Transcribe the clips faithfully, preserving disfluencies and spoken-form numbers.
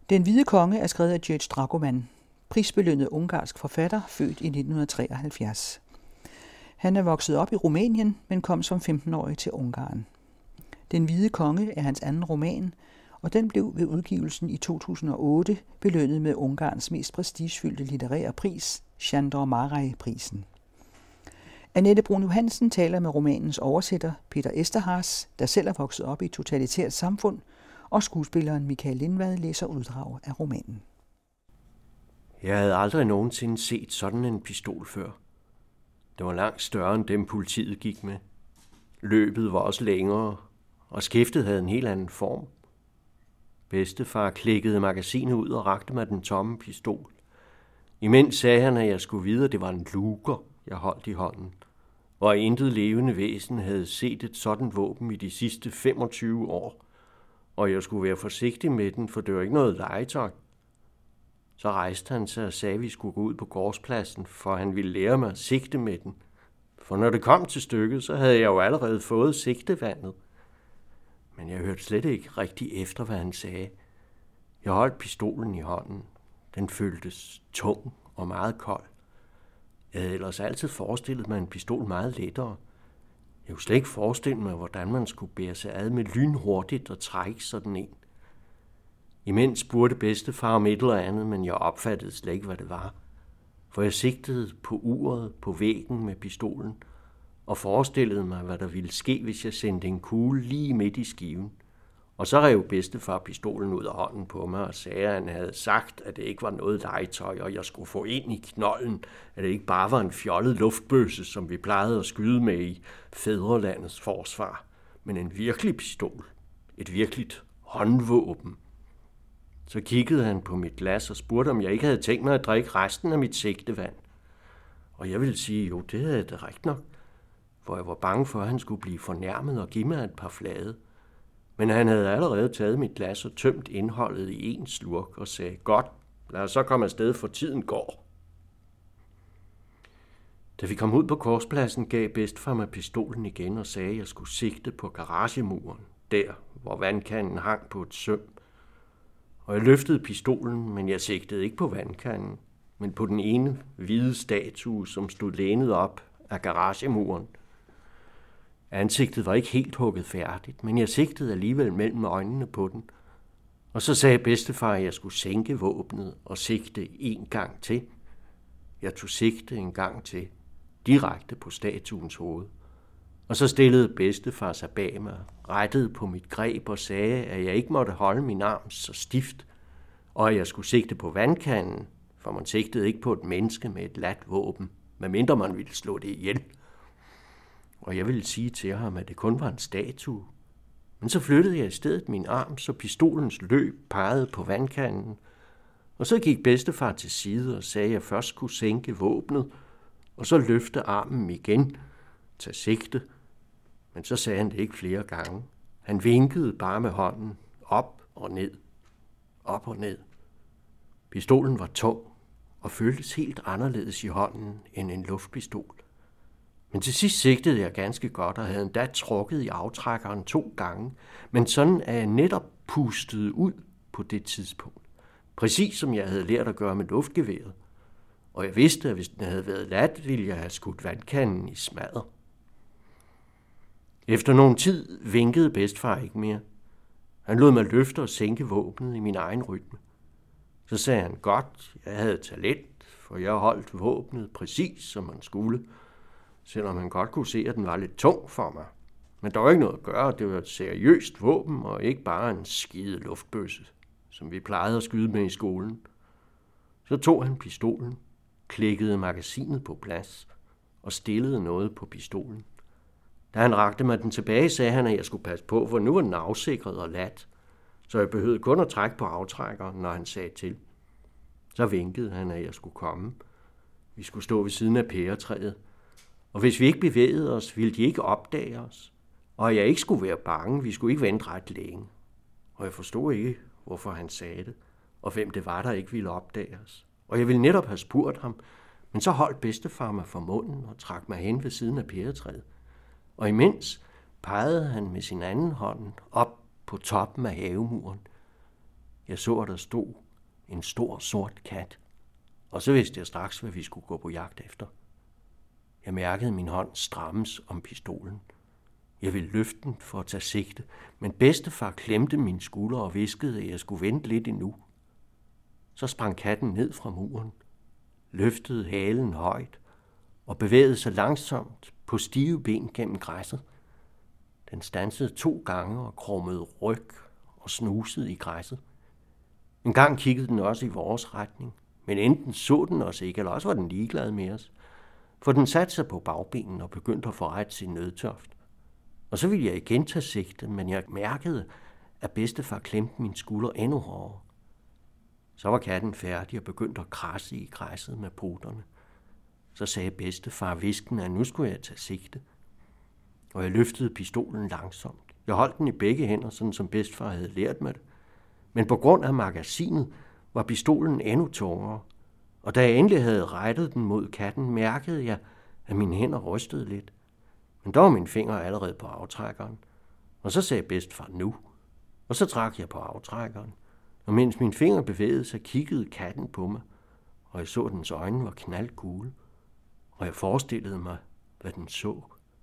Den hvide konge er skrevet af György Dragoman, prisbelønnet ungarsk forfatter, født i nitten treoghalvfjerds. Han er vokset op i Rumænien, men kom som femten-årig til Ungarn. Den hvide konge er hans anden roman, og den blev ved udgivelsen i to tusind og otte belønnet med Ungarns mest prestigefyldte litterære pris, Sándor Márai-prisen. Annette Brun Johansen taler med romanens oversætter, Peter Eszterhás, der selv er vokset op i et totalitært samfund, og skuespilleren Michael Lindvad læser uddrag af romanen. Jeg havde aldrig nogensinde set sådan en pistol før. Det var langt større end dem, politiet gik med. Løbet var også længere, og skiftet havde en helt anden form. Bedstefar klikkede magasinet ud og rakte mig den tomme pistol. Imens sagde han, at jeg skulle vide, at det var en luger, jeg holdt i hånden, og intet levende væsen havde set et sådan våben i de sidste femogtyve år, og jeg skulle være forsigtig med den, for det var ikke noget legetøj. Så rejste han sig og sagde, at vi skulle gå ud på gårdspladsen, for han ville lære mig at sigte med den. For når det kom til stykket, så havde jeg jo allerede fået sigtevandet. Men jeg hørte slet ikke rigtig efter, hvad han sagde. Jeg holdt pistolen i hånden. Den føltes tung og meget kold. Jeg havde ellers altid forestillet mig en pistol meget lettere. Jeg kunne slet ikke forestille mig, hvordan man skulle bære sig ad med lynhurtigt og trække sådan en. Imens spurgte bedstefar om et eller andet, men jeg opfattede slet ikke, hvad det var. For jeg sigtede på uret på væggen med pistolen, og forestillede mig, hvad der ville ske, hvis jeg sendte en kugle lige midt i skiven. Og så rev bedstefar pistolen ud af hånden på mig og sagde, at han havde sagt, at det ikke var noget legetøj, og jeg skulle få ind i knolden, at det ikke bare var en fjollet luftbøsse, som vi plejede at skyde med i fædrelandets forsvar, men en virkelig pistol, et virkeligt håndvåben. Så kiggede han på mit glas og spurgte, om jeg ikke havde tænkt mig at drikke resten af mit sigtevand. Og jeg ville sige, jo, det havde jeg da rigtigt nok, for jeg var bange for, at han skulle blive fornærmet og give mig et par flade. Men han havde allerede taget mit glas og tømt indholdet i en slurk og sagde, godt, lad os så komme afsted, for tiden går. Da vi kom ud på gårdspladsen, gav bedstefar mig pistolen igen og sagde, at jeg skulle sigte på garagemuren, der hvor vandkanden hang på et søm. Og jeg løftede pistolen, men jeg sigtede ikke på vandkanden, men på den ene hvide statue, som stod lænet op af garagemuren. Ansigtet var ikke helt hugget færdigt, men jeg sigtede alligevel mellem øjnene på den. Og så sagde bedstefar, at jeg skulle sænke våbnet og sigte en gang til. Jeg tog sigte en gang til, direkte på statuens hoved. Og så stillede bedstefar sig bag mig, rettede på mit greb og sagde, at jeg ikke måtte holde min arm så stift, og at jeg skulle sigte på vandkanden, for man sigtede ikke på et menneske med et lat våben, medmindre man ville slå det ihjel. Og jeg ville sige til ham, at det kun var en statue. Men så flyttede jeg i stedet min arm, så pistolens løb pegede på vandkanden. Og så gik bedstefar til side og sagde, at jeg først skulle sænke våbnet, og så løfte armen igen, tage sigte. Men så sagde han det ikke flere gange. Han vinkede bare med hånden, op og ned, op og ned. Pistolen var tung og føltes helt anderledes i hånden end en luftpistol. Men til sidst sigtede jeg ganske godt og havde endda trukket i aftrækkeren to gange, men sådan er jeg netop pustet ud på det tidspunkt. Præcis som jeg havde lært at gøre med luftgeværet. Og jeg vidste, at hvis den havde været lat, ville jeg have skudt vandkanden i smadret. Efter nogen tid vinkede bedstefar ikke mere. Han lod mig løfte og sænke våbnet i min egen rytme. Så sagde han godt, jeg havde talent, for jeg holdt våbnet præcis som man skulle, selvom han godt kunne se, at den var lidt tung for mig. Men der var ikke noget at gøre, det var et seriøst våben, og ikke bare en skide luftbøsse, som vi plejede at skyde med i skolen. Så tog han pistolen, klikkede magasinet på plads og stillede noget på pistolen. Da han rakte mig den tilbage, sagde han, at jeg skulle passe på, for nu var den afsikret og lat, så jeg behøvede kun at trække på aftrækkeren, når han sagde til. Så vinkede han, at jeg skulle komme. Vi skulle stå ved siden af pæretræet, og hvis vi ikke bevægede os, ville de ikke opdage os, og jeg ikke skulle være bange, vi skulle ikke vente ret længe. Og jeg forstod ikke, hvorfor han sagde det, og hvem det var, der ikke ville opdage os. Og jeg ville netop have spurgt ham, men så holdt bedstefar mig for munden og trak mig hen ved siden af pæretræet. Og imens pegede han med sin anden hånd op på toppen af havemuren. Jeg så, at der stod en stor sort kat, og så vidste jeg straks, hvad vi skulle gå på jagt efter. Jeg mærkede min hånd strammes om pistolen. Jeg ville løfte den for at tage sigte, men bedstefar klemte min skulder og viskede, at jeg skulle vente lidt endnu. Så sprang katten ned fra muren, løftede halen højt og bevægede sig langsomt på stive ben gennem græsset. Den stansede to gange og krummede ryg og snusede i græsset. En gang kiggede den også i vores retning, men enten så den os ikke, eller også var den ligeglad med os. For den satte sig på bagbenen og begyndte at forrette sin nødtørft. Og så ville jeg igen tage sigte, men jeg mærkede, at bedstefar klemte min skulder endnu hårdere. Så var katten færdig og begyndte at krasse i græsset med poterne. Så sagde bedstefar hviskende, at nu skulle jeg tage sigte. Og jeg løftede pistolen langsomt. Jeg holdt den i begge hænder, sådan som bedstefar havde lært mig det. Men på grund af magasinet var pistolen endnu tungere. Og da jeg endelig havde rettet den mod katten, mærkede jeg, at mine hænder rystede lidt. Men der var mine fingre allerede på aftrækkeren. Og så sagde bedstefar nu. Og så trak jeg på aftrækkeren. Og mens mine fingre bevægede sig, kiggede katten på mig. Og jeg så, at dens øjne var knaldgule. Og jeg forestillede mig, hvad den så.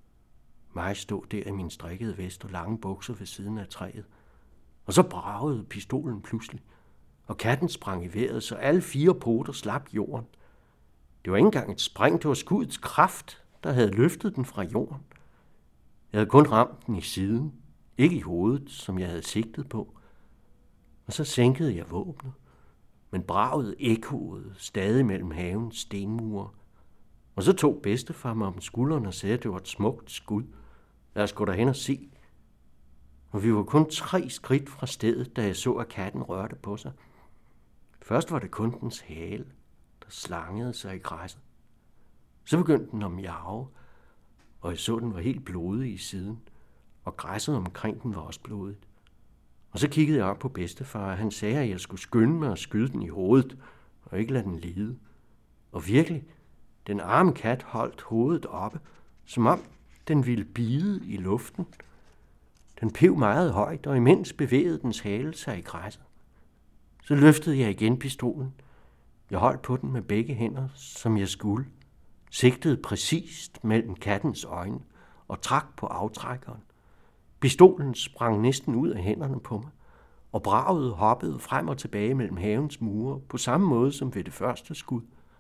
Mig stod der i min strikkede vest og lange bukser ved siden af træet. Og så bragede pistolen pludselig. Og katten sprang i vejret, så alle fire poter slap jorden. Det var ikke engang et spring, det var skuddets kraft, der havde løftet den fra jorden. Jeg havde kun ramt den i siden, ikke i hovedet, som jeg havde sigtet på. Og så sænkede jeg våbnet, men braget ekkoede stadig mellem havens stenmure. Og så tog bedstefar mig om skulderen og sagde, at det var et smukt skud. Lad os gå derhen og se. Og vi var kun tre skridt fra stedet, da jeg så, at katten rørte på sig. Først var det kun dens hale, der slangede sig i græsset. Så begyndte den at miave, og jeg så, den var helt blodig i siden, og græsset omkring den var også blodigt. Og så kiggede jeg op på bedstefar, og han sagde, at jeg skulle skynde mig at skyde den i hovedet, og ikke lade den lide. Og virkelig, den arme kat holdt hovedet oppe, som om den ville bide i luften. Den pev meget højt, og imens bevægede dens hale sig i græsset. Så løftede jeg igen pistolen. Jeg holdt på den med begge hænder, som jeg skulle. Sigtede præcist mellem kattens øjne og trak på aftrækkeren. Pistolen sprang næsten ud af hænderne på mig, og braget hoppede frem og tilbage mellem havens mure på samme måde som ved det første skud.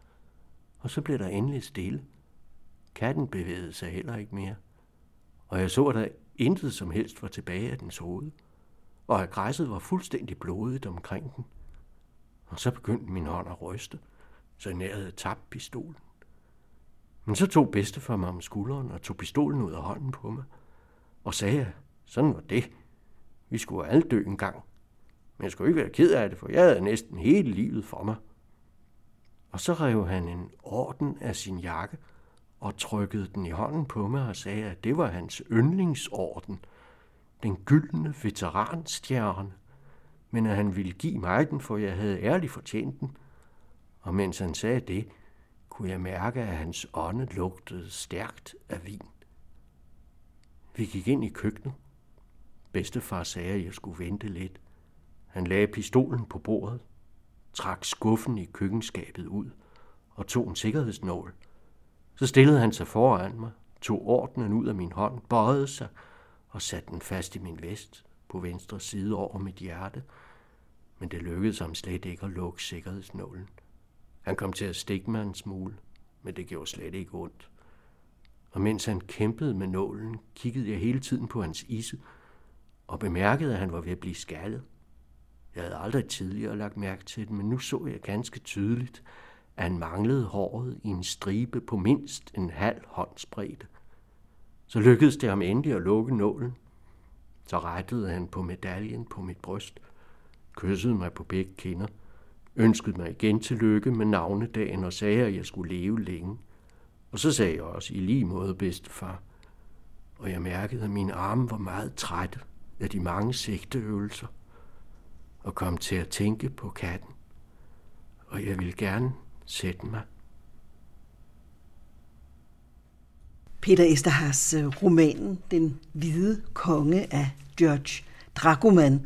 Og så blev der endelig stille. Katten bevægede sig heller ikke mere, og jeg så, at der intet som helst var tilbage af dens hoved, og at græsset var fuldstændig blodigt omkring den. Og så begyndte min hånd at ryste, så jeg nær havde tabt pistolen. Men så tog bedstefar mig om skulderen og tog pistolen ud af hånden på mig, og sagde, at sådan var det. Vi skulle alle dø en gang. Men jeg skulle ikke være ked af det, for jeg havde næsten hele livet for mig. Og så rev han en orden af sin jakke og trykkede den i hånden på mig og sagde, at det var hans yndlingsorden, den gyldne veteranstjerne, men at han ville give mig den, for jeg havde ærligt fortjent den. Og mens han sagde det, kunne jeg mærke, at hans ånde lugtede stærkt af vin. Vi gik ind i køkkenet. Bedstefar sagde, at jeg skulle vente lidt. Han lagde pistolen på bordet, trak skuffen i køkkenskabet ud og tog en sikkerhedsnål. Så stillede han sig foran mig, tog ordenen ud af min hånd, bøjede sig og satte den fast i min vest på venstre side over mit hjerte. Men det lykkedes ham slet ikke at lukke sikkerhedsnålen. Han kom til at stikke mig en smule, men det gjorde slet ikke ondt. Og mens han kæmpede med nålen, kiggede jeg hele tiden på hans isse og bemærkede, at han var ved at blive skaldet. Jeg havde aldrig tidligere lagt mærke til det, men nu så jeg ganske tydeligt, at han manglede håret i en stribe på mindst en halv håndsbredde. Så lykkedes det ham endelig at lukke nålen. Så rettede han på medaljen på mit bryst, kyssede mig på begge kinder, ønskede mig igen tillykke med navnedagen og sagde, at jeg skulle leve længe. Og så sagde jeg også i lige måde, bedstefar. Og jeg mærkede, at mine arme var meget trætte af de mange sigteøvelser og kom til at tænke på katten. Og jeg ville gerne sætte mig. Peter Eszterhás romanen Den hvide konge af George Dragoman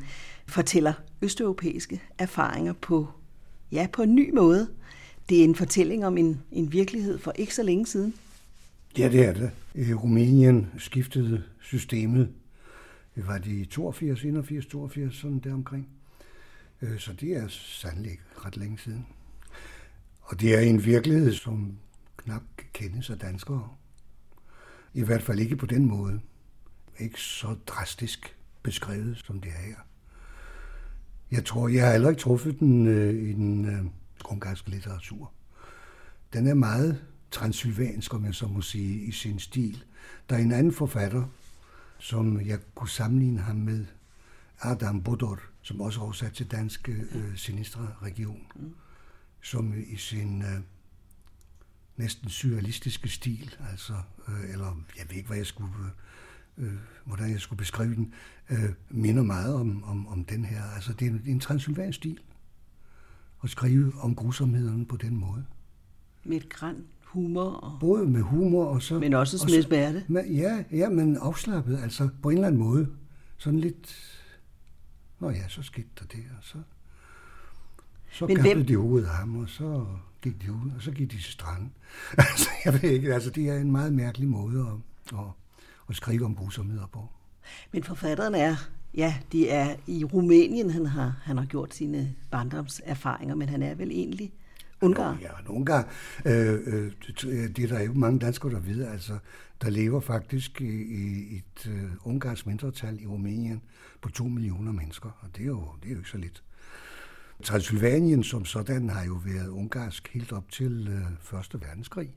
fortæller østeuropæiske erfaringer på, ja, på en ny måde. Det er en fortælling om en, en virkelighed for ikke så længe siden. Ja, det er det. I Rumænien skiftede systemet. Det var det i toogfirs, enogfirs, toogfirs, sådan deromkring. Så det er sandelig ikke ret længe siden. Og det er en virkelighed, som knap kendes af danskere. I hvert fald ikke på den måde. Ikke så drastisk beskrevet, som det er her. Jeg tror, jeg har heller ikke truffet den øh, i den øh, ungarske litteratur. Den er meget transylvansk, om jeg så må sige, i sin stil. Der er en anden forfatter, som jeg kunne sammenligne ham med, Adam Bodor, som også er oversat til dansk, øh, Sinistra-region, mm. som i sin øh, næsten surrealistiske stil, altså, øh, eller jeg ved ikke, hvad jeg skulle, øh, hvordan jeg skulle beskrive den, øh, minder meget om, om, om den her. Altså, det er en, en transylvansk stil at skrive om grusomhederne på den måde. Med et gran humor. Og... Både med humor og så... Men også med smerte. Ja, ja, men afslappet, altså på en eller anden måde. Sådan lidt... Nå ja, så skete der det, og så... Så gabbede hvem... de hovedet af ham, og så gik de ud, og så gik de til stranden. Altså, jeg ved ikke, altså det er en meget mærkelig måde at, at, at skrive om grusomheder på. Men forfatteren er, ja, det er i Rumænien, han har, han har gjort sine barndomserfaringer, men han er vel egentlig ungar. Ja, en ungar. Øh, øh, det er der jo mange danskere, der ved, altså, der lever faktisk i, i et øh, ungarsk mindretal i Rumænien på to millioner mennesker, og det er jo, det er jo ikke så lidt. Transylvanien som sådan har jo været ungarsk helt op til øh, Første Verdenskrig.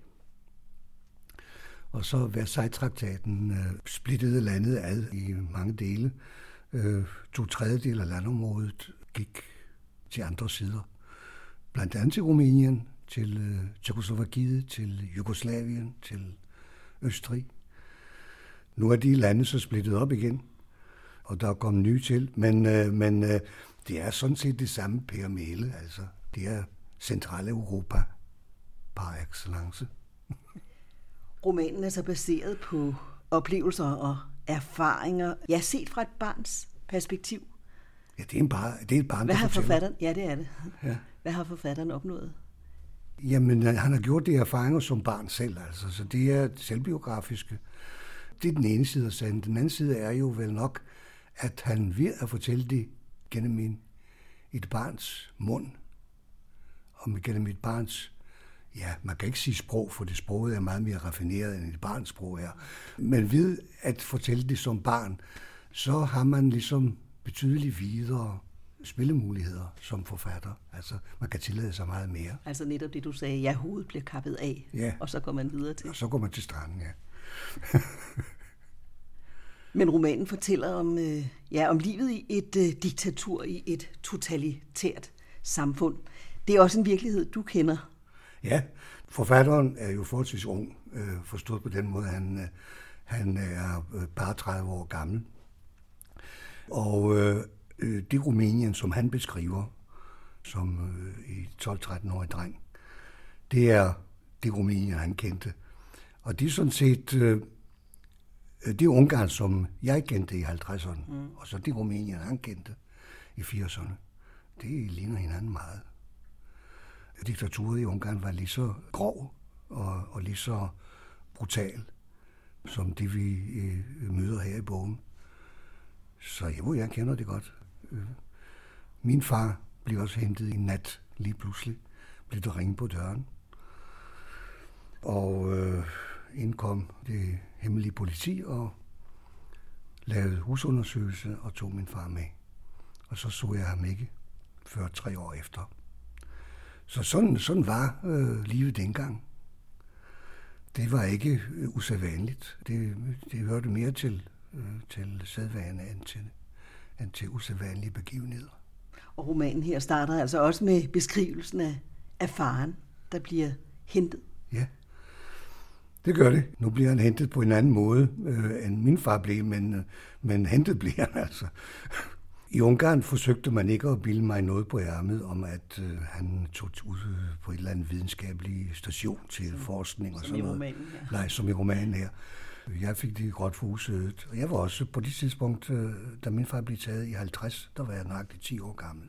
Og så Versailles-traktaten øh, splittede landet ad i mange dele. Øh, to tredjedel af landområdet gik til andre sider. Blandt andet til Rumænien, til øh, Tjekkoslovakiet, til Jugoslavien, til Østrig. Nu er de lande så splittet op igen, og der er kommet nye til, men, øh, men øh, det er sådan set det samme pyramide, altså. Det er Centraleuropa par excellence. Romanen er så baseret på oplevelser og erfaringer, ja, set fra et barns perspektiv. Ja, det er, en bar, det er et barn, Hvad har fortæller. forfatteren? Ja, det er det. Ja. Hvad har forfatteren opnået? Jamen, han har gjort de erfaringer som barn selv, altså, så det er selvbiografiske. Det er den ene side af sagen. Den anden side er jo vel nok, at han ved at fortælle det gennem en, et barns mund, og gennem et barns, ja, man kan ikke sige sprog, for det sproget er meget mere raffineret, end et barns sprog er. Men ved at fortælle det som barn, så har man ligesom betydeligt videre spillemuligheder som forfatter. Altså, man kan tillade sig meget mere. Altså netop det, du sagde, ja, hovedet bliver kappet af, ja. Og så går man videre til. Og så går man til stranden, ja. Men romanen fortæller om, øh, ja, om livet i et øh, diktatur, i et totalitært samfund. Det er også en virkelighed, du kender. Ja, forfatteren er jo forholdsvis ung, øh, forstået på den måde, han, øh, han er øh, bare tredive år gammel. Og øh, det Rumænien, som han beskriver som øh, i tolv-tretten-årig dreng, det er det Rumænien, han kendte. Og det er sådan set... Øh, Det er Ungarn, som jeg kendte i halvtredserne, mm. og så det Rumænien, han kendte i firserne. Det ligner hinanden meget. Diktaturet i Ungarn var lige så grov og, og lige så brutal, som det vi øh, møder her i bogen. Så jo, jeg kender det godt. Min far blev også hentet i nat, lige pludselig. Blev der ringet på døren. Og... Øh, indkom det hemmelige politi og lavede husundersøgelse og tog min far med. Og så så jeg ham ikke før tre år efter. Så sådan, sådan var øh, livet dengang. Det var ikke øh, usædvanligt. Det, det hørte mere til, øh, til sædvane end til, end til usædvanlige begivenheder. Og romanen her starter altså også med beskrivelsen af, af faren, der bliver hentet. Ja. Det gør det. Nu bliver han hentet på en anden måde, øh, end min far blev, men, øh, men hentet bliver han altså. I Ungarn forsøgte man ikke at bilde mig noget på ærmet om, at øh, han tog ud på et eller andet videnskabelig station til som, forskning og sådan noget. Romanen, ja. Nej, som i romanen her. Jeg fik det godt for usødet. Og jeg var også på det tidspunkt, da min far blev taget i halvtreds, der var jeg nøjagtigt ti år gammel.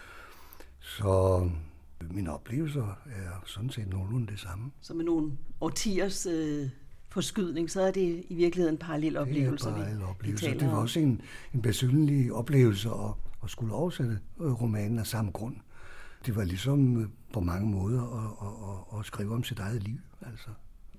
Så mine oplevelser er sådan set nogenlunde det samme. Så med nogle årtiers øh, forskydning, så er det i virkeligheden parallelle oplevelser, det er parallelle oplevelser. vi, vi det var også en, en besynderlig oplevelse at, at skulle oversætte romanen af samme grund. Det var ligesom på mange måder at, at, at, at skrive om sit eget liv, altså.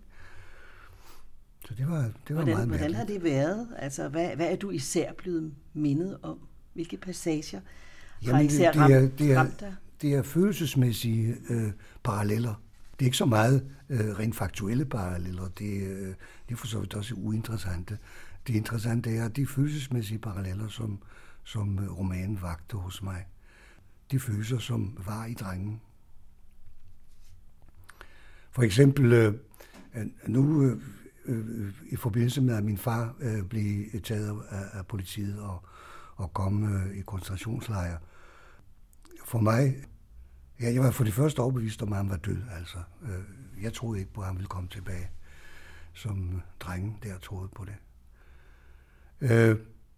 Så det var, det var hvordan, meget hvordan har det været? Altså, hvad, hvad er du især blevet mindet om? Hvilke passager har Jamen, især det, ramt, er, det, er, ramt dig? det er følelsesmæssige øh, paralleller. Det er ikke så meget øh, rent faktuelle paralleller. Det, øh, det er for så vidt også uinteressante. Det interessante er de følelsesmæssige paralleller, som, som romanen vagte hos mig. De følelser, som var i drengen. For eksempel øh, nu... Øh, i forbindelse med, at min far øh, blev taget af, af politiet og, og kom øh, i koncentrationslejre. For mig, ja, jeg var for det første overbevist om, at han var død. Altså. Øh, jeg troede ikke på, at han ville komme tilbage, som drengen der troede på det. Øh,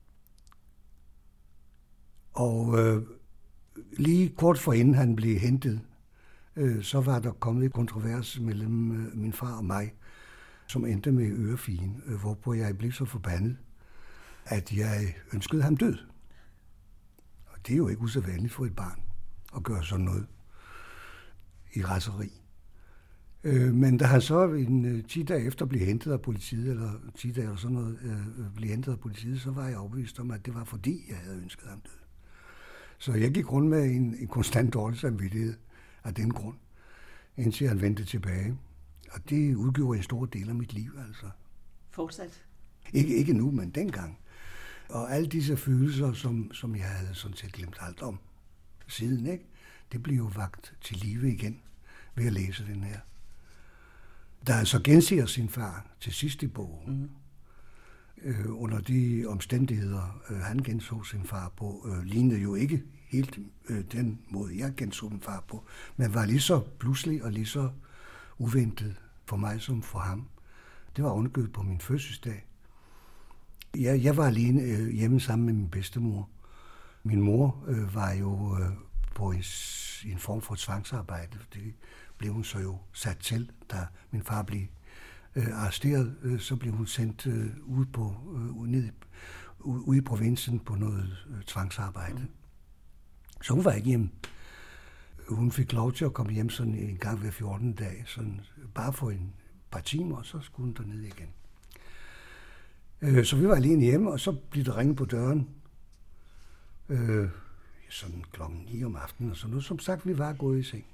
og øh, lige kort forinden han blev hentet, øh, så var der kommet et kontrovers mellem øh, min far og mig, som endte med ørefigen, hvorpå jeg blev så forbandet, at jeg ønskede ham død. Og det er jo ikke usædvanligt for et barn at gøre sådan noget i raseri. Men da han så en ti dage efter blev hentet af politiet, eller ti dage eller sådan noget, blev hentet af politiet, så var jeg overbevist om, at det var fordi, jeg havde ønsket ham død. Så jeg gik rundt med en, en konstant dårlig samvittighed af den grund, indtil han vendte tilbage. Og det udgjorde en stor del af mit liv, altså. Fortsat? Ikke, ikke nu, men dengang. Og alle disse følelser, som, som jeg havde sådan set glemt alt om siden, ikke? Det blev jo vakt til live igen ved at læse den her. Da han så genser sin far til sidst i bogen, mm. øh, under de omstændigheder, øh, han genså sin far på, øh, lignede jo ikke helt øh, den måde, jeg genså min far på, men var lige så pludselig og lige så uventet for mig som for ham. Det var ovenikøbet på min fødselsdag. Jeg, jeg var alene øh, hjemme sammen med min bedstemor. Min mor øh, var jo øh, på en, en form for tvangsarbejde. Det blev hun så jo sat til, da min far blev øh, arresteret. Øh, så blev hun sendt øh, ud, på, øh, ned, ude, ude i provinsen på noget øh, tvangsarbejde. Mm. Så hun var ikke hjemme. Hun fik lov til at komme hjem sådan en gang hver fjorten dage, sådan bare for en par timer, og så skulle hun derned igen. Øh, så vi var alene hjemme, og så blev der ringet på døren, øh, sådan klokken ni om aftenen, og sådan noget. Som sagt, vi var gået i seng.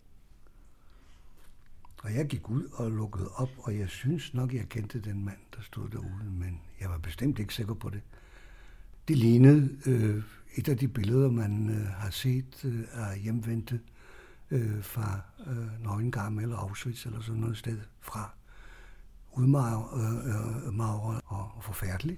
Og jeg gik ud og lukkede op, og jeg synes nok, jeg kendte den mand, der stod derude, men jeg var bestemt ikke sikker på det. Det lignede øh, et af de billeder, man øh, har set øh, af hjemvendte øh, fra øh, Neuengamme eller Auschwitz eller sådan noget sted fra. Udmagret øh, og, og forfærdeligt.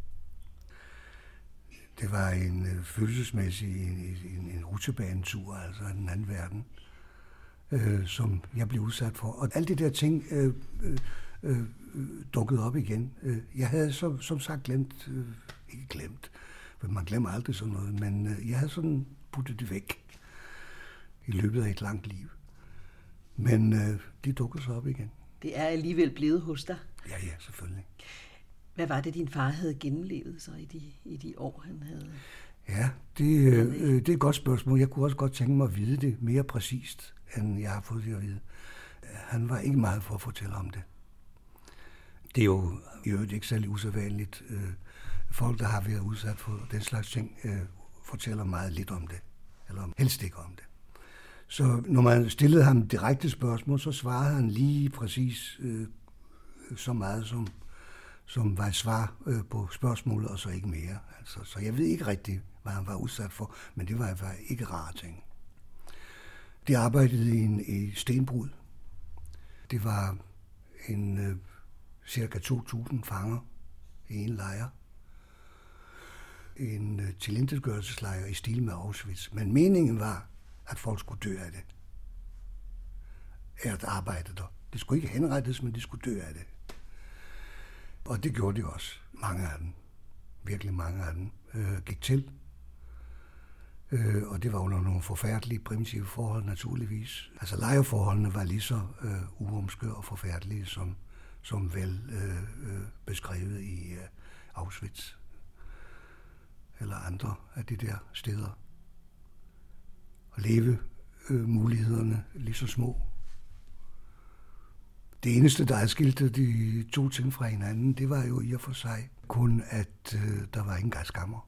Det var en øh, følelsesmæssig en, en, en rutsjebanetur, altså af den anden verden, øh, som jeg blev udsat for. Og alle de der ting øh, øh, øh, dukkede op igen. Jeg havde som, som sagt glemt, øh, ikke glemt, for man glemmer aldrig sådan noget, men øh, jeg havde sådan puttet det væk i løbet af et langt liv. Men øh, de dukkede så op igen. Det er alligevel blevet hos dig. Ja, ja, selvfølgelig. Hvad var det, din far havde gennemlevet så i de, i de år, han havde? Ja, det, øh, det er et godt spørgsmål. Jeg kunne også godt tænke mig at vide det mere præcist, end jeg har fået det at vide. Han var ikke meget for at fortælle om det. Det er jo i øvrigt ikke særlig usædvanligt. Folk, der har været udsat for den slags ting, fortæller meget lidt om det, eller helst ikke om det. Så når man stillede ham direkte spørgsmål, så svarede han lige præcis øh, så meget, som, som var et svar øh, på spørgsmålet, og så ikke mere. Altså, så jeg ved ikke rigtigt, hvad han var udsat for, men det var, var ikke rare ting. De arbejdede i en i stenbrud. Det var en øh, cirka to tusind fanger i en lejr. En øh, tilintetgørelseslejr i stil med Auschwitz. Men meningen var, at folk skulle dø af det. Af at arbejde der. Det skulle ikke henrettes, men de skulle dø af det. Og det gjorde de også. Mange af dem, virkelig mange af dem, øh, gik til. Øh, og det var under nogle forfærdelige, primitive forhold naturligvis. Altså lejreforholdene var lige så øh, uomskør og forfærdelige, som, som vel øh, øh, beskrevet i øh, Auschwitz eller andre af de der steder. Og leve øh, mulighederne lige så små. Det eneste, der adskilte de to ting fra hinanden, det var jo i og for sig kun, at øh, der var ingen gaskammer.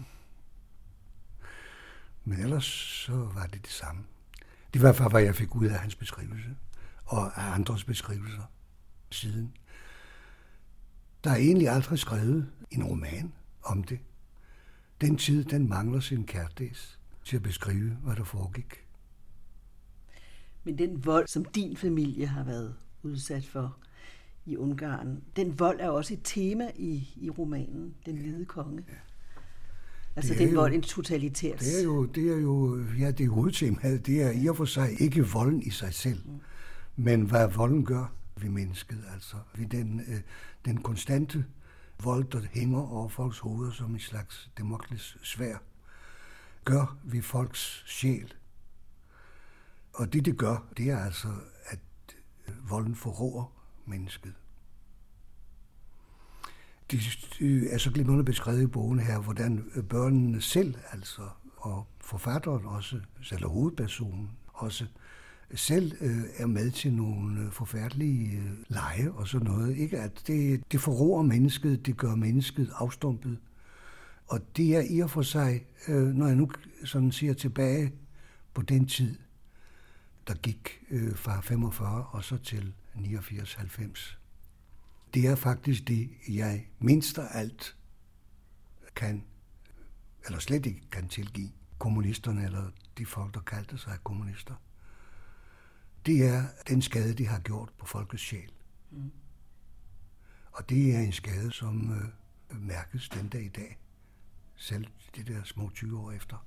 Men ellers så var det det samme. Det var i hvert fald, hvad jeg fik ud af hans beskrivelse, og af andres beskrivelser siden. Der er egentlig aldrig skrevet en roman om det. Den tid, den mangler sin kærtes til at beskrive, hvad der foregik. Men den vold, som din familie har været udsat for i Ungarn, den vold er også et tema i, i romanen, Den Hvide Konge. Ja. Altså den vold, en totalitært. Det er jo, det er jo, ja, det er hovedtemaet. Det er i og for sig ikke volden i sig selv, mm. men hvad volden gør ved mennesket. Altså ved den, øh, den konstante vold, der hænger over folks hoveder som en slags Damokles sværd, gør ved folks sjæl. Og det, det gør, det er altså, at volden forråder mennesket. Det er så glimrende beskrevet i bogen her, hvordan børnene selv, altså, og forfatteren også, eller hovedpersonen også, selv øh, er med til nogle forfærdelige øh, lege og sådan noget. Ikke? At det, det forråder mennesket, det gør mennesket afstumpet. Og det er i og for sig, øh, når jeg nu sådan siger tilbage på den tid, der gik øh, fra femogfyrre og så til niogfirs halvfems. Det er faktisk det, jeg mindst af alt kan, eller slet ikke kan tilgive kommunisterne, eller de folk, der kaldte sig kommunister. Det er den skade, de har gjort på folkets sjæl. Mm. Og det er en skade, som øh, mærkes den dag i dag, selv de der små tyve år efter.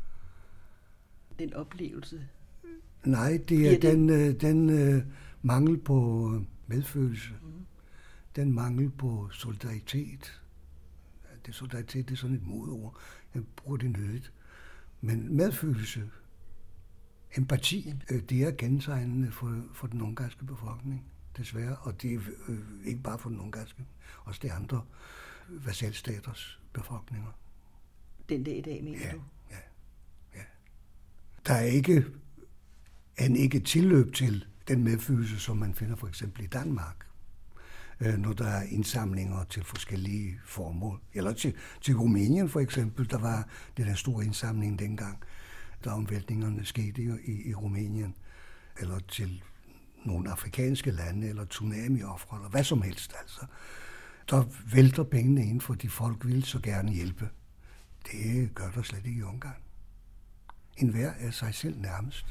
Den oplevelse? Nej, det er den, øh, den øh, mangel på medfølelse. Mm. Den mangel på solidaritet. Det solidaritet, det er sådan et modord. Jeg bruger det nødigt. Men medfølelse, empati, det er kendetegnende for, for den ungarske befolkning, desværre. Og det er øh, ikke bare for den ungarske, også de andre vasalstaters befolkninger. Den dag i dag, mener ja, du? Ja, ja. Der er ikke en ikke tilløb til den medfølelse, som man finder for eksempel i Danmark, når der er indsamlinger til forskellige formål. Eller til, til Rumænien for eksempel, der var den der store indsamling dengang, da omvæltningerne skete i, i Rumænien, eller til nogle afrikanske lande, eller tsunami-ofre, eller hvad som helst. Altså. Der vælter pengene ind, fordi folk vil så gerne hjælpe. Det gør der slet ikke i Ungarn. Enhver er sig selv nærmest.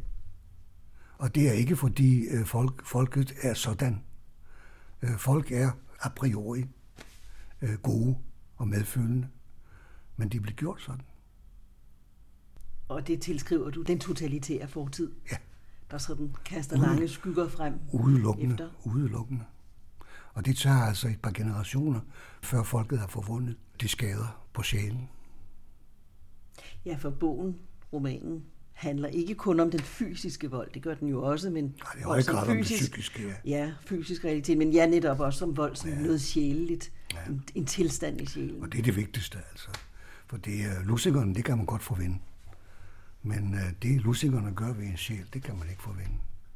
Og det er ikke fordi folk, folket er sådan. Folk er a priori gode og medfølende, men de bliver gjort sådan. Og det tilskriver du den totalitære fortid, ja. Der sådan kaster Ude, lange skygger frem udelukkende, efter. Udelukkende. Og det tager altså et par generationer, før folket har forvundet de skader på sjælen. Ja, for bogen, romanen, handler ikke kun om den fysiske vold, det gør den jo også, men nej, det er også om det psykiske, ja. Ja, fysisk realitet, men ja, netop også om vold som ja. Noget sjæleligt, ja. en, en tilstand i sjælen. Og det er det vigtigste, altså. For det er lussingerne, det kan man godt forvinde. Men uh, det lussingerne gør ved en sjæl, det kan man ikke forvinde.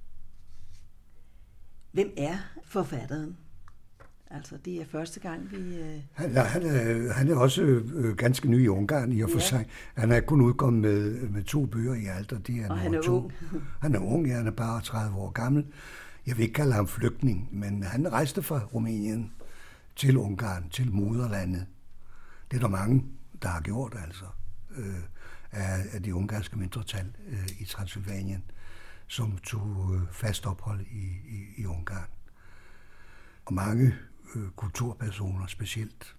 Hvem er forfatteren? Altså, det er første gang, vi... Øh... Han, han, er, han er også øh, ganske ny i Ungarn i og for ja. sig. Han er kun udkommet med, med to bøger i alt, og det er og han er to. ung. Han er ung, ja, han er bare tredive år gammel. Jeg vil ikke kalde ham flygtning, men han rejste fra Rumænien til Ungarn, til moderlandet. Det er der mange, der har gjort, altså, øh, af, af de ungarske mindretal øh, i Transylvanien, som tog øh, fast ophold i, i, i Ungarn. Og mange øh, kulturpersoner specielt.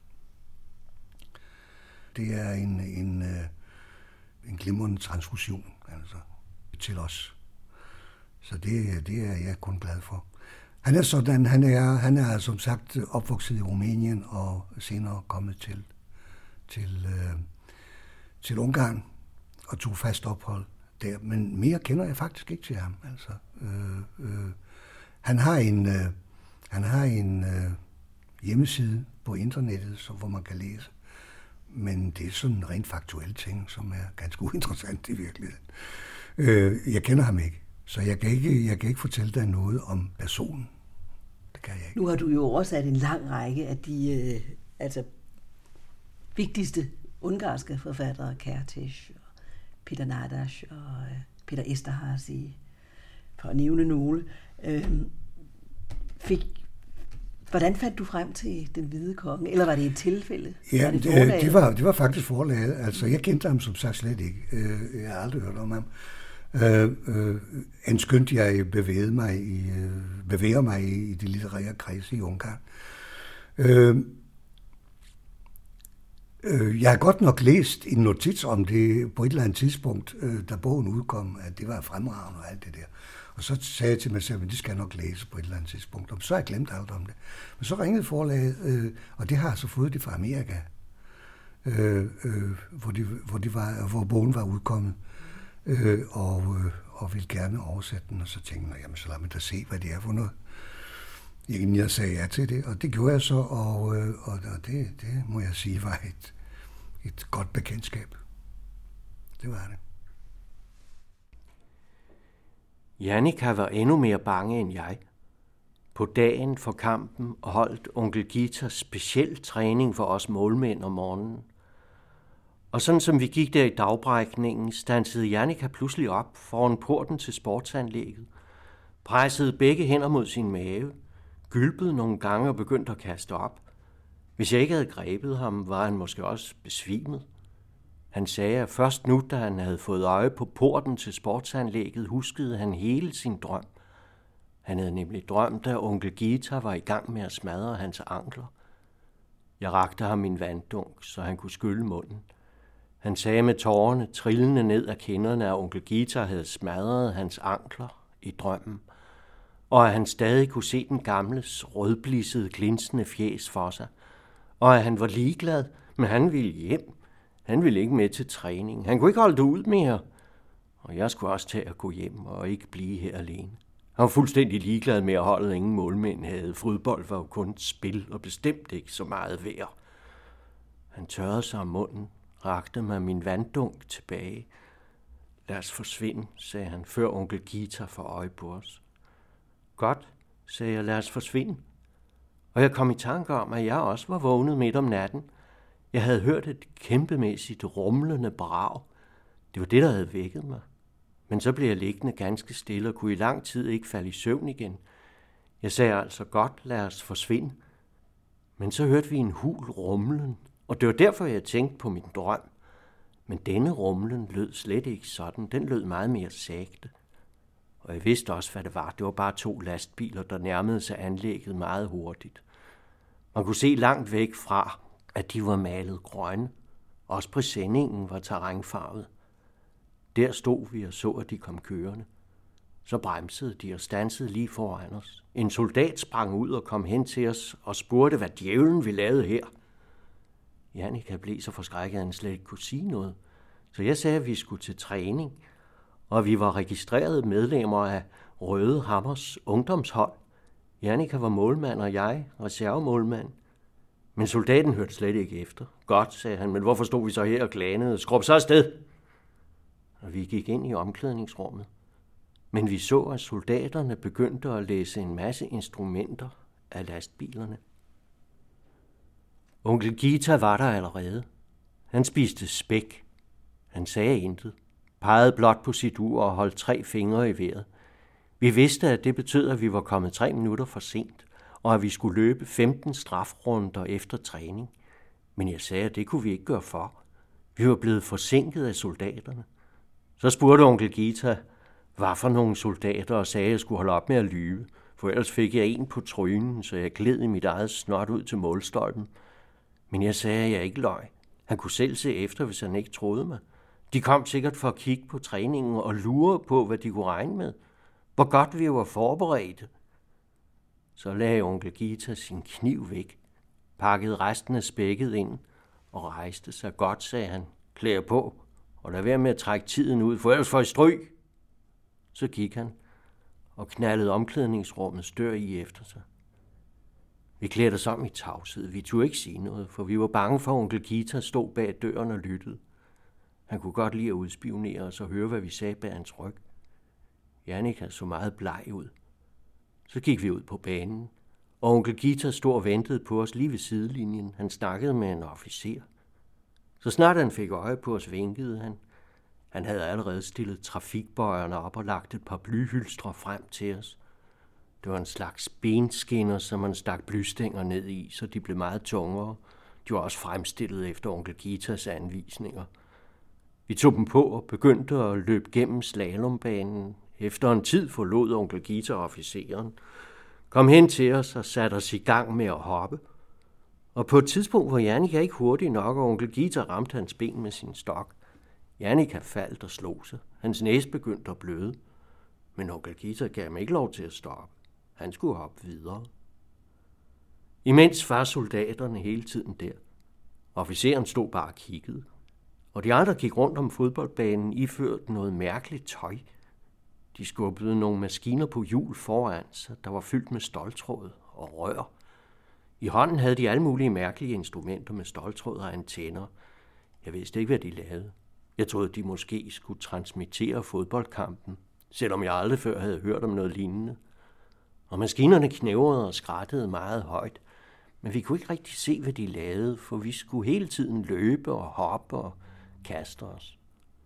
Det er en, en, øh, en glimrende transfusion altså, til os. Så det, det er jeg kun glad for. Han er sådan, han er, han er som sagt opvokset i Rumænien og senere kommet til, til, øh, til Ungarn og tog fast ophold der. Men mere kender jeg faktisk ikke til ham. Altså, øh, øh, han har en, øh, han har en øh, hjemmeside på internettet, så, hvor man kan læse. Men det er sådan en rent faktuel ting, som er ganske uinteressant i virkeligheden. Øh, jeg kender ham ikke, så jeg kan ikke, jeg kan ikke fortælle dig noget om personen. Det kan jeg ikke. Nu har du jo oversat en lang række af de øh, altså, vigtigste ungarske forfattere, Kertész, Péter Nádas og øh, Péter Esterházy, for at nævne nogle. Øh, fik, hvordan fandt du frem til Den Hvide Konge? Eller var det et tilfælde? Ja, var det, det, det, var, det var faktisk forlaget. Altså, jeg kendte ham som sagt slet ikke. Jeg har aldrig hørt om ham. Øh, øh, en skønt jeg bevægede mig i, øh, bevæger mig i, i de litterære kredse i Ungarn. Øh, øh, jeg har godt nok læst en notits om det på et eller andet tidspunkt, øh, da bogen udkom, at det var fremragende og alt det der. Og så sagde jeg til mig selv, at det skal jeg nok læse på et eller andet tidspunkt. Og så har jeg glemt alt om det. Men så ringede forlaget, øh, og det har jeg så fået det fra Amerika, øh, øh, hvor, de, hvor, de var, hvor bogen var udkommet. Øh, og, øh, og ville gerne oversætte den, og så tænkte jeg, jamen så lad mig da se, hvad det er for noget. Jeg, jeg sagde ja til det, og det gjorde jeg så, og, øh, og det, det må jeg sige var et, et godt bekendtskab. Det var det. Jannica var endnu mere bange end jeg. På dagen for kampen holdt onkel Gitas speciel træning for os målmænd om morgenen. Og sådan som vi gik der i dagbrækningen, standsede Jannica pludselig op foran porten til sportsanlægget, pressede begge hænder mod sin mave, gylpede nogle gange og begyndte at kaste op. Hvis jeg ikke havde grebet ham, var han måske også besvimet. Han sagde, at først nu, da han havde fået øje på porten til sportsanlægget, huskede han hele sin drøm. Han havde nemlig drømt, at onkel Gita var i gang med at smadre hans ankler. Jeg rakte ham min vanddunk, så han kunne skylle munden. Han sagde med tårerne trillende ned af kinderne, at onkel Gita havde smadret hans ankler i drømmen, og at han stadig kunne se den gamles rødblissede, glinsende fjes for sig, og at han var ligeglad, men han ville hjem. Han ville ikke med til træning. Han kunne ikke holde det ud mere, og jeg skulle også tage at gå hjem og ikke blive her alene. Han var fuldstændig ligeglad med, at holdet ingen målmænd havde. Fodbold var jo kun et spil, og bestemt ikke så meget værd. Han tørrede sig om munden, rakte mig min vanddunk tilbage. Lad os forsvinde, sagde han, før onkel Gita får øje på os. Godt, sagde jeg, lad os forsvinde. Og jeg kom i tanke om, at jeg også var vågnet midt om natten. Jeg havde hørt et kæmpemæssigt rumlende brag. Det var det, der havde vækket mig. Men så blev jeg liggende ganske stille og kunne i lang tid ikke falde i søvn igen. Jeg sagde altså godt, lad os forsvinde. Men så hørte vi en hul rumlen, og det var derfor, jeg tænkte på min drøm. Men denne rumlen lød slet ikke sådan. Den lød meget mere sagte. Og jeg vidste også, hvad det var. Det var bare to lastbiler, der nærmede sig anlægget meget hurtigt. Man kunne se langt væk fra, at de var malet grønne. Også præsendingen var terrænfarvet. Der stod vi og så, at de kom kørende. Så bremsede de og stansede lige foran os. En soldat sprang ud og kom hen til os og spurgte, hvad djævlen vi lavede her. Jannica blev så forskrækket, at han slet ikke kunne sige noget. Så jeg sagde, at vi skulle til træning, og vi var registrerede medlemmer af Røde Hammers ungdomshold. Jannica var målmand, og jeg reservemålmand. Men soldaten hørte slet ikke efter. Godt, sagde han, men hvorfor stod vi så her og glænede? Skrub så afsted! Og vi gik ind i omklædningsrummet. Men vi så, at soldaterne begyndte at læse en masse instrumenter af lastbilerne. Onkel Gita var der allerede. Han spiste spæk. Han sagde intet, pegede blot på sit ur og holdt tre fingre i vejret. Vi vidste, at det betød, at vi var kommet tre minutter for sent, og at vi skulle løbe femten strafrunder efter træning. Men jeg sagde, at det kunne vi ikke gøre for. Vi var blevet forsinket af soldaterne. Så spurgte onkel Gita, hvad for nogle soldater, og sagde, at jeg skulle holde op med at lyve, for ellers fik jeg en på trynen, så jeg gled i mit eget snot ud til målstolpen. Men jeg sagde, at jeg ikke løg. Han kunne selv se efter, hvis han ikke troede mig. De kom sikkert for at kigge på træningen og lure på, hvad de kunne regne med. Hvor godt vi var forberedte. Så lagde onkel Gita sin kniv væk, pakkede resten af spækket ind og rejste sig. Godt, sagde han. Klæder på, og lad være med at trække tiden ud, for ellers får I stryg. Så gik han og knaldede omklædningsrummets dør i efter sig. Vi klædte os om i tavshed. Vi turde ikke sige noget, for vi var bange for, at onkel Gita stod bag døren og lyttede. Han kunne godt lide at udspionere os og høre, hvad vi sagde bag hans ryg. Jannika så meget bleg ud. Så gik vi ud på banen, og onkel Gita stod og ventede på os lige ved sidelinjen. Han snakkede med en officer. Så snart han fik øje på os, vinkede han. Han havde allerede stillet trafikbøjerne op og lagt et par blyhylstre frem til os. Det var en slags benskinner, som man stak blystænger ned i, så de blev meget tungere. De var også fremstillet efter onkel Gitas anvisninger. Vi tog dem på og begyndte at løbe gennem slalombanen. Efter en tid forlod onkel Gita officeren, kom hen til os og satte os i gang med at hoppe. Og på et tidspunkt var Jannika ikke hurtig nok, og onkel Gita ramte hans ben med sin stok. Jannika faldt og slog sig. Hans næse begyndte at bløde. Men onkel Gita gav ham ikke lov til at stoppe. Han skulle hoppe videre. Imens var soldaterne hele tiden der. Officeren stod bare og kiggede. Og de andre gik rundt om fodboldbanen iført noget mærkeligt tøj. De skubbede nogle maskiner på hjul foran sig, der var fyldt med ståltråd og rør. I hånden havde de alle mulige mærkelige instrumenter med ståltråd og antenner. Jeg vidste ikke, hvad de lavede. Jeg troede, de måske skulle transmittere fodboldkampen, selvom jeg aldrig før havde hørt om noget lignende. Og maskinerne knævrede og skrattede meget højt, men vi kunne ikke rigtig se, hvad de lavede, for vi skulle hele tiden løbe og hoppe og kaste os.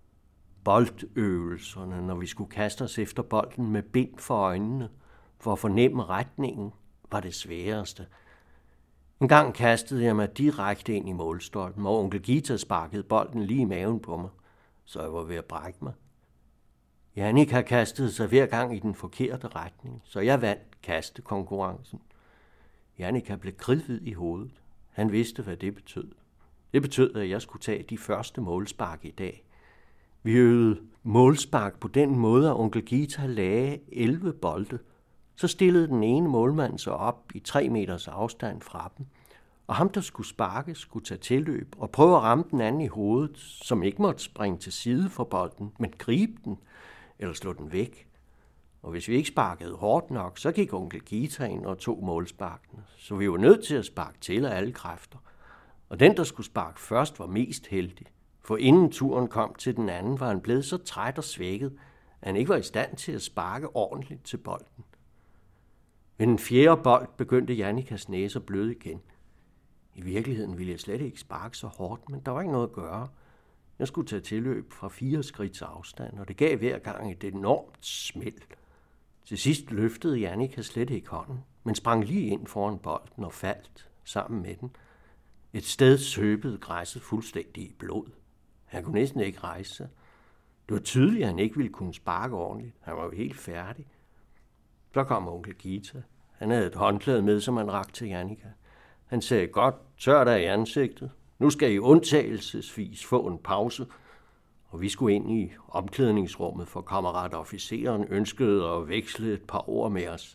Boldøvelserne, når vi skulle kaste os efter bolden med bind for øjnene, for at fornemme retningen, var det sværeste. En gang kastede jeg mig direkte ind i målstolpen, og onkel Gita sparkede bolden lige i maven på mig, så jeg var ved at brække mig. Jannika kastede sig hver gang i den forkerte retning, så jeg vandt kastekonkurrencen. Jannika blev kridhvid i hovedet. Han vidste, hvad det betød. Det betød, at jeg skulle tage de første målspark i dag. Vi øvede målspark på den måde, at onkel Gita lagde elleve bolde. Så stillede den ene målmand sig op i tre meters afstand fra dem, og ham, der skulle sparke, skulle tage tilløb og prøve at ramme den anden i hovedet, som ikke måtte springe til side for bolden, men gribe den eller slå den væk. Og hvis vi ikke sparkede hårdt nok, så gik onkel Gita ind og tog målsparkene, så vi var nødt til at sparke til af alle kræfter. Og den, der skulle sparke først, var mest heldig, for inden turen kom til den anden, var han blevet så træt og svækket, at han ikke var i stand til at sparke ordentligt til bolden. Ved den fjerde bold begyndte Jannikas næse at bløde igen. I virkeligheden ville jeg slet ikke sparke så hårdt, men der var ikke noget at gøre. Jeg skulle tage tilløb fra fire skridts afstand, og det gav hver gang et enormt smæld. Til sidst løftede Jannika slet ikke hånden, men sprang lige ind foran bolden og faldt sammen med den. Et sted søbede græsset fuldstændig i blod. Han kunne næsten ikke rejse sig. Det var tydeligt, at han ikke ville kunne sparke ordentligt. Han var jo helt færdig. Så kom onkel Gita. Han havde et håndklæde med, som han rakte til Jannika. Han sagde, godt, tør dig i ansigtet. Nu skal I undtagelsesvis få en pause. Og vi skulle ind i omklædningsrummet, for kammeratofficeren ønskede at veksle et par ord med os.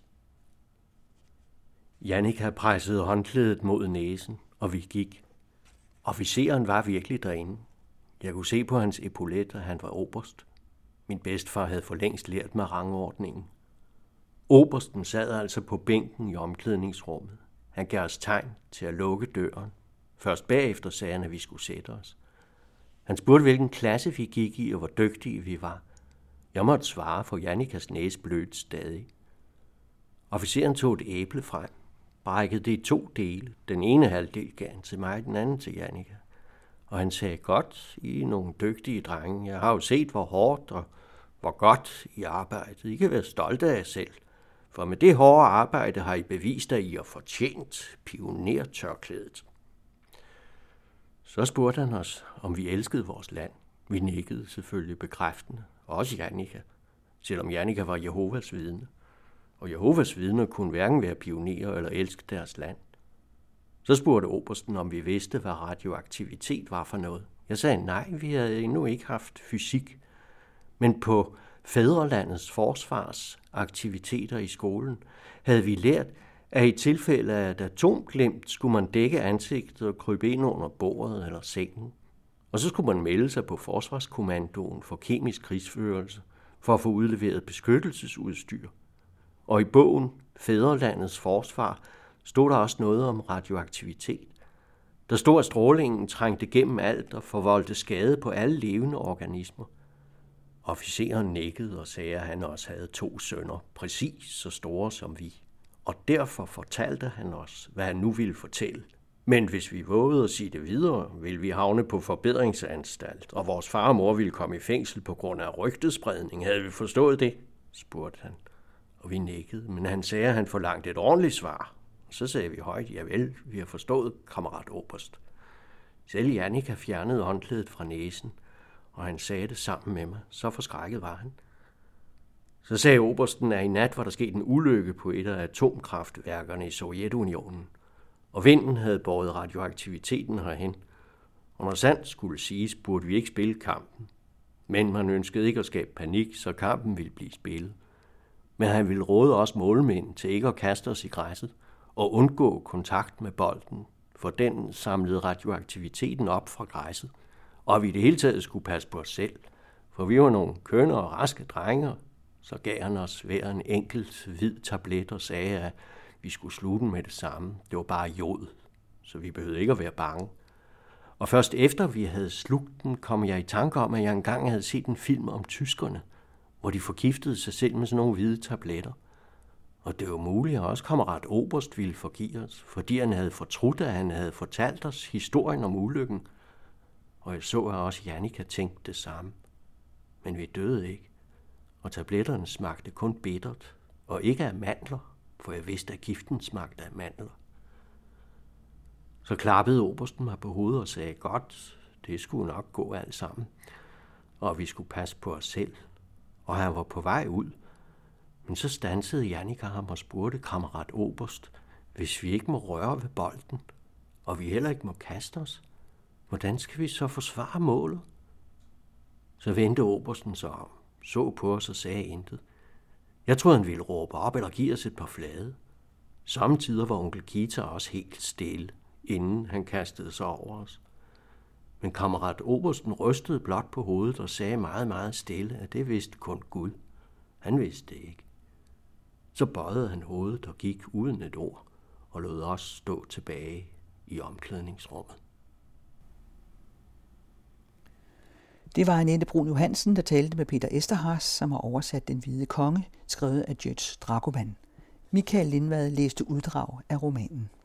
Jannika pressede håndklædet mod næsen, og vi gik. Officeren var virkelig derinde. Jeg kunne se på hans epaulet, at han var oberst. Min bedstefar havde for længst lært mig rangordningen. Obersten sad altså på bænken i omklædningsrummet. Han gav os tegn til at lukke døren. Først bagefter sagde han, at vi skulle sætte os. Han spurgte, hvilken klasse vi gik i, og hvor dygtige vi var. Jeg måtte svare, for Jannikas næse blødte stadig. Officeren tog et æble frem, brækkede det i to dele. Den ene halvdel gav han til mig, den anden til Jannika. Og han sagde, godt, I er nogle dygtige drenge. Jeg har jo set, hvor hårdt og hvor godt I arbejdede. I kan være stolte af jer selv. For med det hårde arbejde har I bevist, at I har fortjent pionertørklædet. Så spurgte han os, om vi elskede vores land. Vi nikkede selvfølgelig bekræftende, også Jannika, selvom Jannika var Jehovas vidne. Og Jehovas vidner kunne hverken være pionerer eller elske deres land. Så spurgte obersten, om vi vidste, hvad radioaktivitet var for noget. Jeg sagde nej, vi havde endnu ikke haft fysik. Men på fædrelandets forsvarsaktiviteter i skolen havde vi lært, at i tilfælde af et atomglimt skulle man dække ansigtet og krybe ind under bordet eller sengen. Og så skulle man melde sig på Forsvarskommandoen for kemisk krigsførelse for at få udleveret beskyttelsesudstyr. Og i bogen Fædrelandets Forsvar stod der også noget om radioaktivitet. Der stod, at strålingen trængte gennem alt og forvoldte skade på alle levende organismer. Officeren nikkede og sagde, at han også havde to sønner, præcis så store som vi. Og derfor fortalte han os, hvad han nu ville fortælle. Men hvis vi vågede at sige det videre, ville vi havne på forbedringsanstalt, og vores far og mor ville komme i fængsel på grund af rygtespredning. Havde vi forstået det? Spurgte han. Og vi nikkede, men han sagde, at han forlangte et ordentligt svar. Og så sagde vi højt, javel, vi har forstået, kammerat oberst. Selv Jannika fjernede håndklædet fra næsen, og han sagde det sammen med mig. Så forskrækket var han. Så sagde obersten, at i nat var der sket en ulykke på et af atomkraftværkerne i Sovjetunionen, og vinden havde båret radioaktiviteten herhen. Og når sandt skulle siges, burde vi ikke spille kampen. Men man ønskede ikke at skabe panik, så kampen ville blive spillet. Men han ville råde os målmænd til ikke at kaste os i græsset og undgå kontakt med bolden, for den samlede radioaktiviteten op fra græsset, og vi i det hele taget skulle passe på os selv, for vi var nogle kønne og raske drenge. Så gav han os hver en enkelt hvid tablet og sagde, at vi skulle slutte den med det samme. Det var bare jod, så vi behøvede ikke at være bange. Og først efter vi havde slugt den, kom jeg i tanke om, at jeg engang havde set en film om tyskerne, hvor de forgiftede sig selv med sådan nogle hvide tabletter. Og det var muligt, at også kammerat oberst ville forgive os, fordi han havde fortrudt, at han havde fortalt os historien om ulykken. Og jeg så, at også Jannika tænkte det samme. Men vi døde ikke, og tabletterne smagte kun bittert, og ikke af mandler, for jeg vidste, at giften smagte af mandler. Så klappede obersten mig på hovedet og sagde, godt, det skulle nok gå alt sammen, og vi skulle passe på os selv. Og han var på vej ud, men så stansede Jannika ham og spurgte kammerat oberst, hvis vi ikke må røre ved bolden, og vi heller ikke må kaste os, hvordan skal vi så forsvare målet? Så vendte obersten sig om, så på os og sagde intet. Jeg troede, han ville råbe op eller give os et par flade. Samtidig var onkel Kita også helt stille, inden han kastede sig over os. Men kammerat obersten rystede blot på hovedet og sagde meget, meget stille, at det vidste kun Gud. Han vidste det ikke. Så bøjede han hovedet og gik uden et ord og lod os stå tilbage i omklædningsrummet. Det var Annette Brun Johansen, der talte med Peter Eszterhás, som har oversat Den hvide konge, skrevet af Judge Dragoman. Michael Lindvad læste uddrag af romanen.